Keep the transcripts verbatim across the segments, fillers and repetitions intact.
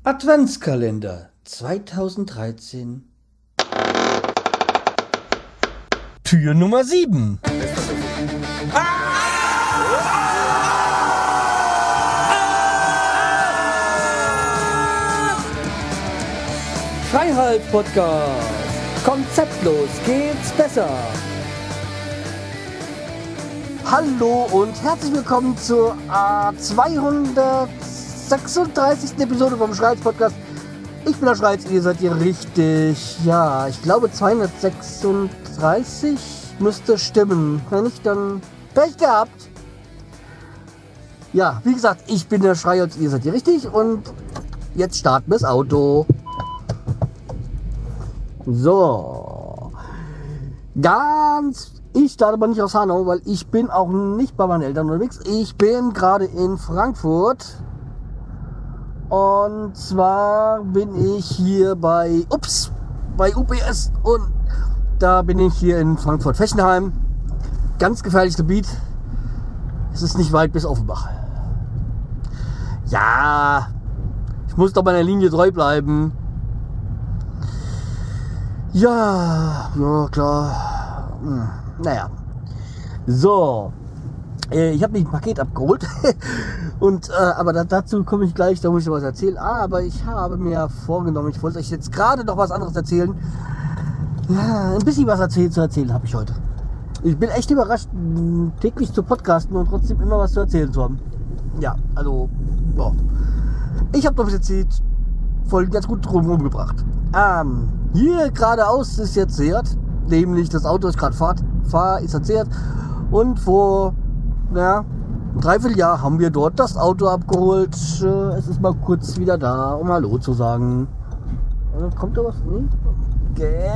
Adventskalender zweitausenddreizehn. Tür Nummer sieben. Freiheit Podcast. Konzeptlos geht's besser. Hallo und herzlich willkommen zur äh, zweihundertsechsunddreißigsten Episode vom Schreiz Podcast. Ich bin der Schreiz, ihr seid ihr richtig. Ja, ich glaube zweihundertsechsunddreißig müsste stimmen. Wenn nicht, dann Pech gehabt. Ja, wie gesagt, ich bin der Schreiz, ihr seid ihr richtig. Und jetzt starten wir das Auto. So. Ganz... Ich starte aber nicht aus Hanau, weil ich bin auch nicht bei meinen Eltern unterwegs. Ich bin gerade in Frankfurt. Und zwar bin ich hier bei, ups, bei U P S. Und da bin ich hier in Frankfurt-Fechenheim. Ganz gefährliches Gebiet. Es ist nicht weit bis Offenbach. Ja, ich muss doch meiner Linie treu bleiben. Ja, ja klar. Hm. Naja, so, äh, ich habe mir ein Paket abgeholt und äh, aber da, dazu komme ich gleich, da muss ich noch was erzählen. Ah, aber ich habe mir vorgenommen, ich wollte euch jetzt gerade noch was anderes erzählen. Ja, ein bisschen was erzählen, zu erzählen habe ich heute. Ich bin echt überrascht, täglich zu podcasten und trotzdem immer was zu erzählen zu haben. Ja, also, ja. Ich habe doch bis jetzt die Folgen ganz gut drum umgebracht. Ähm, hier geradeaus ist jetzt Seat. Nämlich das Auto, das ich gerade fahre, fahr, ist erzählt. Und vor naja, dreiviertel Jahr haben wir dort das Auto abgeholt. Es ist mal kurz wieder da, um Hallo zu sagen. Kommt da was? Nee? Okay.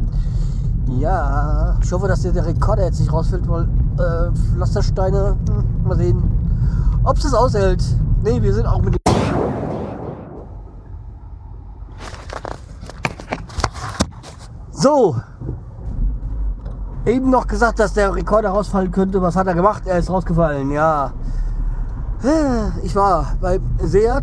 Ja, ich hoffe, dass der Rekorder jetzt nicht rausfällt, weil äh, Pflastersteine, hm, mal sehen, ob es das aushält. Nee, wir sind auch mit dem... So. Eben noch gesagt, dass der Rekorder rausfallen könnte. Was hat er gemacht? Er ist rausgefallen, ja. Ich war bei Seat.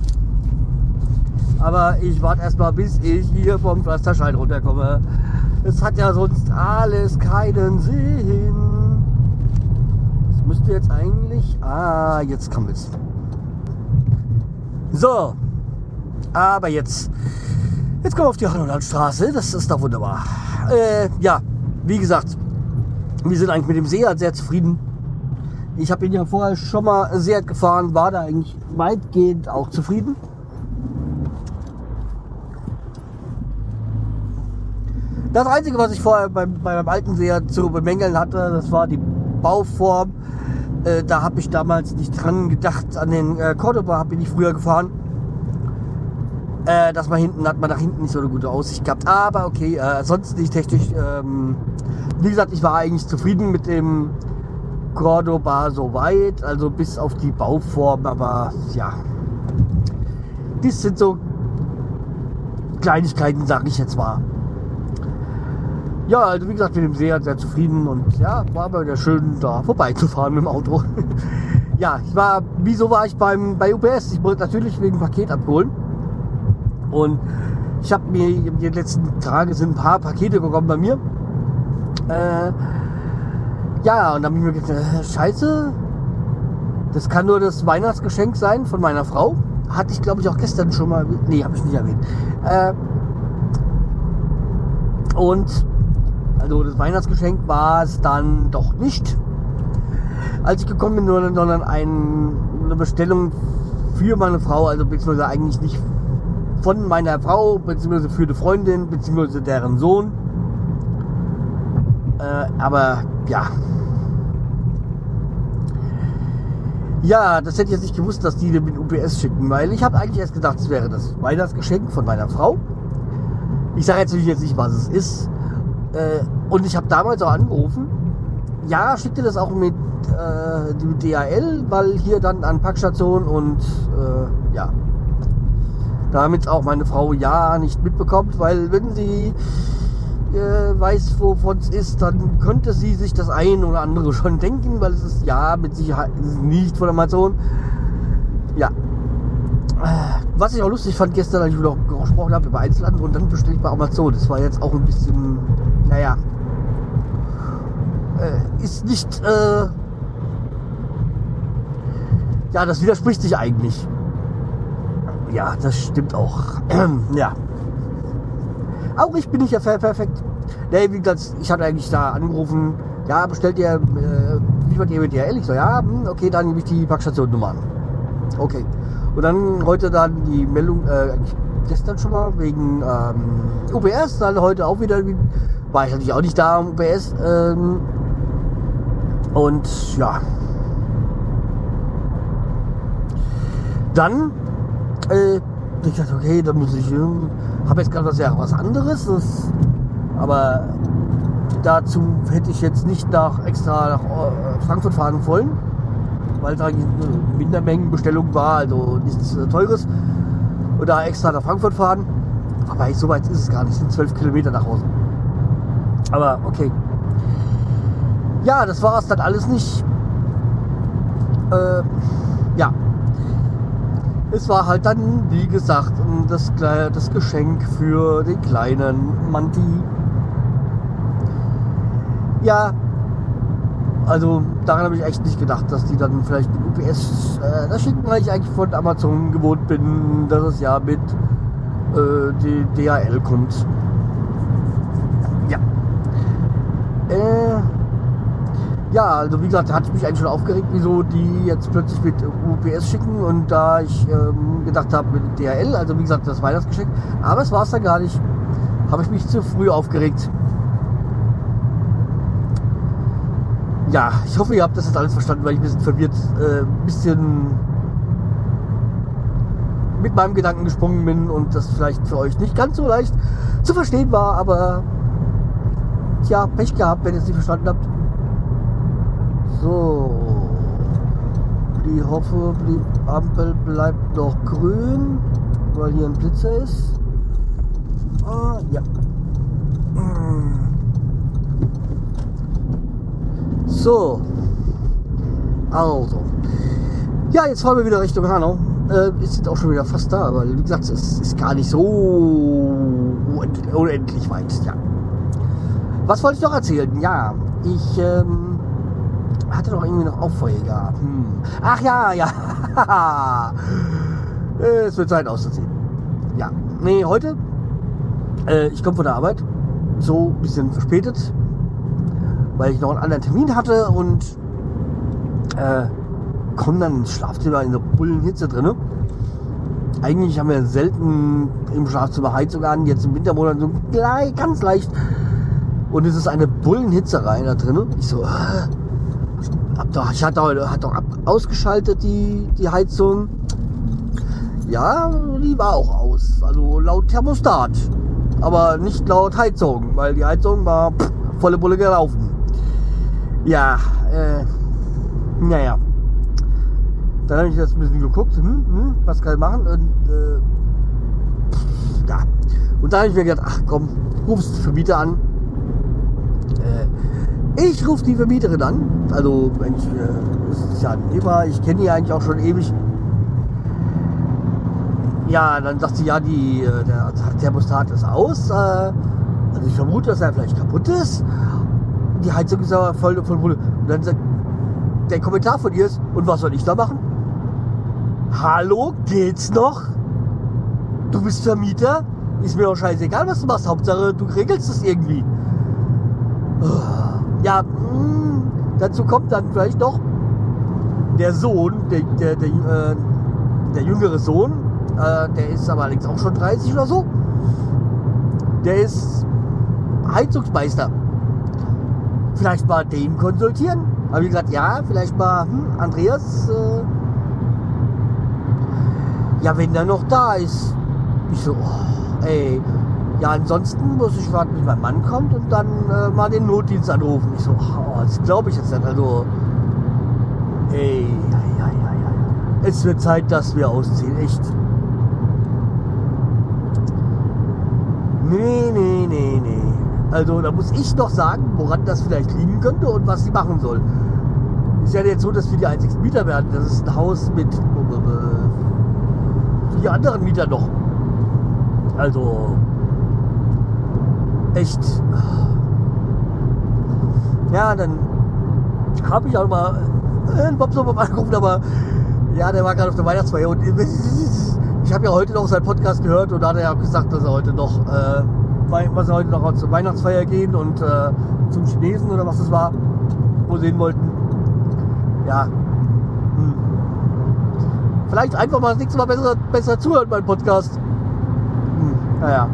Aber ich warte erstmal, bis ich hier vom Pflasterstein runterkomme. Es hat ja sonst alles keinen Sinn. Das müsste jetzt eigentlich... Ah, jetzt kommt es. So. Aber jetzt... Jetzt kommen wir auf die Hannoverstraße. Das ist doch wunderbar. Äh, ja. Wie gesagt, wir sind eigentlich mit dem Seat sehr zufrieden. Ich habe ihn ja vorher schon mal Seat gefahren, war da eigentlich weitgehend auch zufrieden. Das Einzige, was ich vorher beim, bei meinem alten Seat zu bemängeln hatte, das war die Bauform. Äh, da habe ich damals nicht dran gedacht, an den äh, Cordoba bin ich früher gefahren. Äh, dass man hinten hat man nach hinten nicht so eine gute Aussicht gehabt. Aber okay, äh, sonst nicht technisch. Ähm, wie gesagt, ich war eigentlich zufrieden mit dem Cordoba soweit, also bis auf die Bauform. Aber ja, das sind so Kleinigkeiten, sage ich jetzt mal. Ja, also wie gesagt, mit dem Seat sehr zufrieden und ja, war aber wieder schön da vorbeizufahren mit dem Auto. Ja, ich war, wieso war ich beim bei U P S? Ich wollte natürlich wegen Paket abholen. Und ich habe mir in den letzten Tagen sind ein paar Pakete gekommen bei mir. Äh, ja, und dann habe ich mir gedacht, äh, scheiße, das kann nur das Weihnachtsgeschenk sein von meiner Frau. Hatte ich, glaube ich, auch gestern schon mal erwähnt. Nee, habe ich nicht erwähnt. Äh, und also das Weihnachtsgeschenk war es dann doch nicht. Als ich gekommen bin, sondern ein, eine Bestellung für meine Frau, also beziehungsweise eigentlich nicht von meiner Frau, beziehungsweise für eine Freundin, beziehungsweise deren Sohn. Äh, aber ja. Ja, das hätte ich jetzt nicht gewusst, dass die mit U P S schicken, weil ich habe eigentlich erst gedacht, es wäre das Weihnachtsgeschenk von meiner Frau. Ich sage jetzt natürlich jetzt nicht, was es ist. Äh, und ich habe damals auch angerufen. Ja, schickte das auch mit äh, dem D H L, weil hier dann an Packstation und äh, ja. Damit auch meine Frau ja nicht mitbekommt, weil wenn sie äh, weiß, wovon es ist, dann könnte sie sich das ein oder andere schon denken, weil es ist ja mit Sicherheit nicht von Amazon. Ja. Was ich auch lustig fand gestern, als ich noch gesprochen habe über Einzelhandel und dann bestelle ich bei Amazon. Das war jetzt auch ein bisschen, naja, äh, ist nicht, äh, ja, das widerspricht sich eigentlich. Ja, das stimmt auch. Ja. Auch ich bin nicht ja perfekt. Nee, wie gesagt, ich hatte eigentlich da angerufen, ja, bestellt ihr, äh, liefert ihr mit D H L? Ich so, ja, okay, dann nehme ich die Packstation-Nummer an. Okay. Und dann heute dann die Meldung, äh, gestern schon mal, wegen ähm, U P S, dann heute auch wieder, war ich natürlich auch nicht da am U P S. Ähm, und ja. Dann, äh, ich dachte, okay, dann muss ich, äh, habe jetzt gerade was, ja, was anderes, das, aber dazu hätte ich jetzt nicht nach extra nach äh, Frankfurt fahren wollen, weil da eine Mindermengenbestellung war, also nichts äh, Teures. Und da extra nach Frankfurt fahren. Aber so weit ist es gar nicht, es sind zwölf Kilometer nach Hause. Aber okay. Ja, das war es dann alles nicht. Äh, ja. Es war halt dann, wie gesagt, das, das Geschenk für den kleinen Manti. Ja, also daran habe ich echt nicht gedacht, dass die dann vielleicht mit U P S äh, das schicken, weil ich eigentlich von Amazon gewohnt bin, dass es ja mit äh, die D H L kommt. Ja. Äh, ja, also wie gesagt, da hatte ich mich eigentlich schon aufgeregt, wieso die jetzt plötzlich mit U P S schicken, und da ich ähm, gedacht habe mit D H L, also wie gesagt, das Weihnachtsgeschenk, aber es war es dann gar nicht, habe ich mich zu früh aufgeregt. Ja, ich hoffe, ihr habt das jetzt alles verstanden, weil ich ein bisschen verwirrt, äh, ein bisschen mit meinem Gedanken gesprungen bin und das vielleicht für euch nicht ganz so leicht zu verstehen war, aber tja, Pech gehabt, wenn ihr es nicht verstanden habt. So, ich hoffe, die Ampel bleibt noch grün, weil hier ein Blitzer ist. Ah, ja. So, also, ja, jetzt fahren wir wieder Richtung Hanau. Äh, wir sind auch schon wieder fast da, aber wie gesagt, es ist gar nicht so unendlich weit. Ja. Was wollte ich noch erzählen? Ja, ich ähm, hatte doch irgendwie noch Auffolger. Hm. Ach ja, ja. Es wird Zeit auszuziehen. Ja, nee, heute, äh, ich komme von der Arbeit, so ein bisschen verspätet, weil ich noch einen anderen Termin hatte, und äh, komme dann ins Schlafzimmer in der Bullenhitze drin. Eigentlich haben wir selten im Schlafzimmer Heizung an, jetzt im Wintermonat so gleich, ganz leicht. Und es ist eine Bullenhitze rein da drin. Ich so, äh, hab doch, ich hatte doch, hat doch ab, ausgeschaltet die, die Heizung. Ja, die war auch aus, also laut Thermostat, aber nicht laut Heizung, weil die Heizung war pff, volle Bulle gelaufen. Ja, äh, naja. Dann habe ich das ein bisschen geguckt, hm, hm, was kann ich machen? Und, äh, ja. Und dann habe ich mir gedacht, ach komm, rufst die Vermieter an. Äh, ich rufe die Vermieterin an. Also, wenn ich, äh, das ist ja ein Thema, ich kenne die eigentlich auch schon ewig. Ja, dann sagt sie, ja, die, der Thermostat ist aus. Äh, also ich vermute, dass er vielleicht kaputt ist. Die Heizung ist aber voll voll voll. Und dann sagt der Kommentar von ihr ist, und was soll ich da machen? Hallo, geht's noch? Du bist Vermieter? Ist mir doch scheißegal, was du machst. Hauptsache, du regelst es irgendwie. Ja, mh, dazu kommt dann vielleicht noch der Sohn, der, der, der, äh, der jüngere Sohn, äh, der ist aber allerdings auch schon dreißig oder so. Der ist Heizungsmeister. Vielleicht mal den konsultieren. Habe ich gesagt, ja, vielleicht mal, hm, Andreas, äh, ja, wenn der noch da ist. Ich so, oh, ey, ja, ansonsten muss ich warten, bis mein Mann kommt und dann äh, mal den Notdienst anrufen. Ich so, oh, das glaube ich jetzt nicht. Also, ey, ja, ja, ja, ja. Es wird Zeit, dass wir ausziehen, echt. Nee, nee, nee, nee. Also da muss ich noch sagen, woran das vielleicht liegen könnte und was sie machen soll. Ist ja jetzt so, dass wir die einzigsten Mieter werden. Das ist ein Haus mit die anderen Mieter noch. Also echt. Ja, dann habe ich auch mal einen Bob so angerufen, aber ja, der war gerade auf der Weihnachtsfeier und ich habe ja heute noch seinen Podcast gehört und da hat er ja auch gesagt, dass er heute noch, äh, was er heute noch zur Weihnachtsfeier gehen und äh, zum Chinesen oder was das war, wo sehen wollten. Ja. Hm. Vielleicht einfach mal das nächste Mal besser, besser zuhören beim Podcast. Hm. Naja.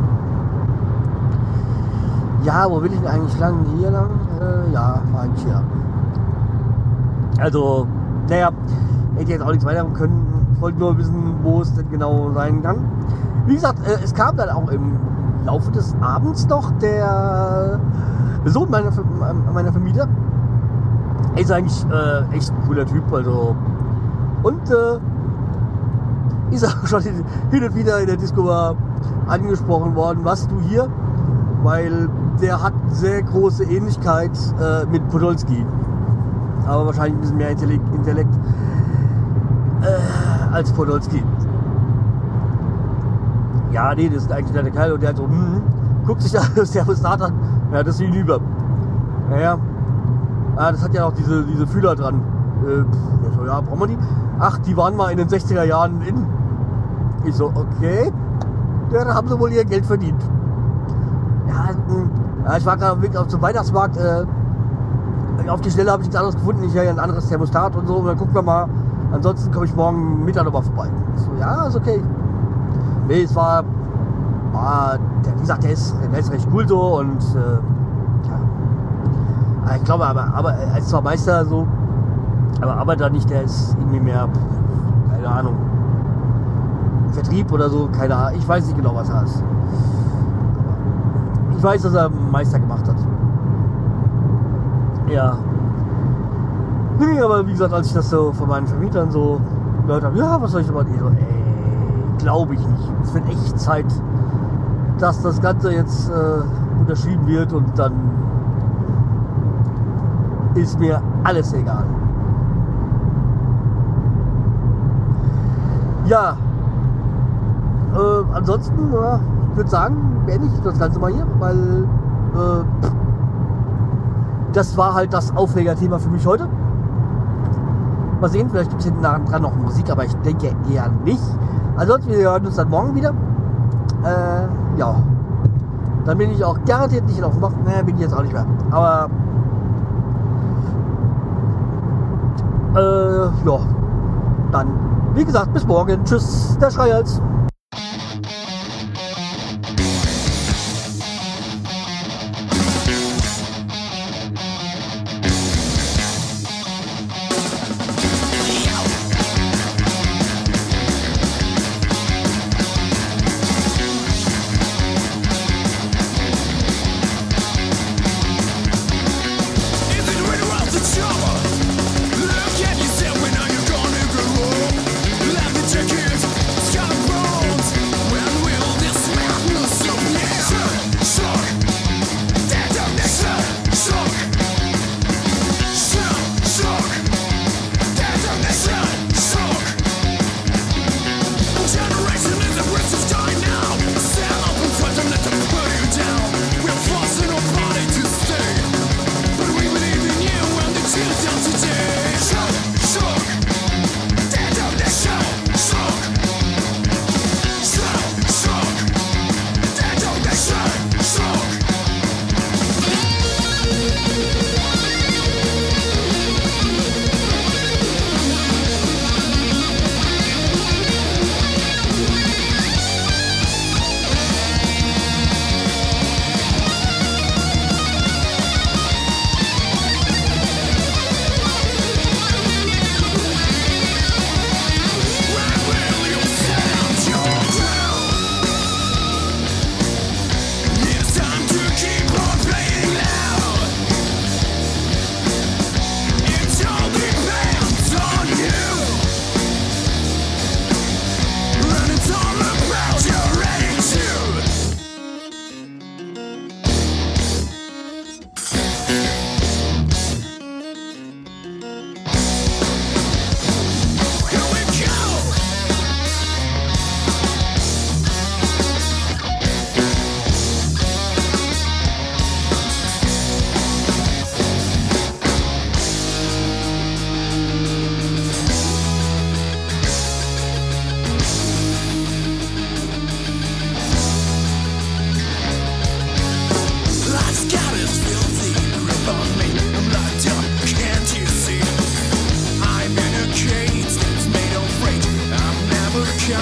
Ja, wo will ich denn eigentlich lang? Hier lang? Äh, ja, war eigentlich hier. Also, naja, hätte jetzt auch nichts weiter können. Ich wollte nur wissen, wo es denn genau sein kann. Wie gesagt, äh, es kam dann auch im Laufe des Abends noch der Sohn meiner, meiner Vermieter. Er ist eigentlich äh, echt ein cooler Typ. Also. Und äh, ist auch schon hin und wieder in der Disco war angesprochen worden, was du hier? Weil der hat sehr große Ähnlichkeit äh, mit Podolski. Aber wahrscheinlich ein bisschen mehr Intellekt, Intellekt äh, als Podolski. Ja, nee, das ist eigentlich der Kerl und der hat so, hm, guckt sich das Thermostat an. Ja, das ist hinüber. Naja, ah, das hat ja noch diese, diese Fühler dran. Äh, so, ja, brauchen wir die? Ach, die waren mal in den sechziger Jahren in. Ich so, okay. Ja, da haben sie wohl ihr Geld verdient. Ja, ja ich war gerade auf dem Weg auf zum Weihnachtsmarkt. Äh, auf die Schnelle habe ich nichts anderes gefunden. Ich habe ja ein anderes Thermostat und so. Und dann gucken wir mal. Ansonsten komme ich morgen Mittag nochmal vorbei. Ich so, ja, ist okay. Nee, es war, war der, wie gesagt, der ist, der ist recht cool so und äh, ja. Ich glaube, aber, aber er ist zwar Meister so, aber arbeitet da nicht, der ist irgendwie mehr, keine Ahnung, Vertrieb oder so, keine Ahnung, ich weiß nicht genau, was er ist. Ich weiß, dass er einen Meister gemacht hat. Ja. Nee, aber wie gesagt, als ich das so von meinen Vermietern so gehört habe, ja, was soll ich denn mal, so, ey, glaube ich nicht. Es wird echt Zeit, dass das Ganze jetzt äh, unterschrieben wird und dann ist mir alles egal. Ja, äh, ansonsten, ja, ich würde sagen, beende ich das Ganze mal hier, weil äh, das war halt das Aufregerthema für mich heute. Mal sehen, vielleicht gibt es hinten dran noch Musik, aber ich denke eher nicht. Ansonsten, wir hören uns dann morgen wieder. Äh, ja. Dann bin ich auch garantiert nicht auf dem Machen. Ne, bin ich jetzt auch nicht mehr. Aber äh, ja. Dann, wie gesagt, bis morgen. Tschüss, der Schreihals. Look at yourself when you're gonna grow up. Life that you kids, it's gotta roll.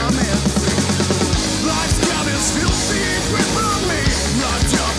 damit. Life's got its filthy grip on me. Not your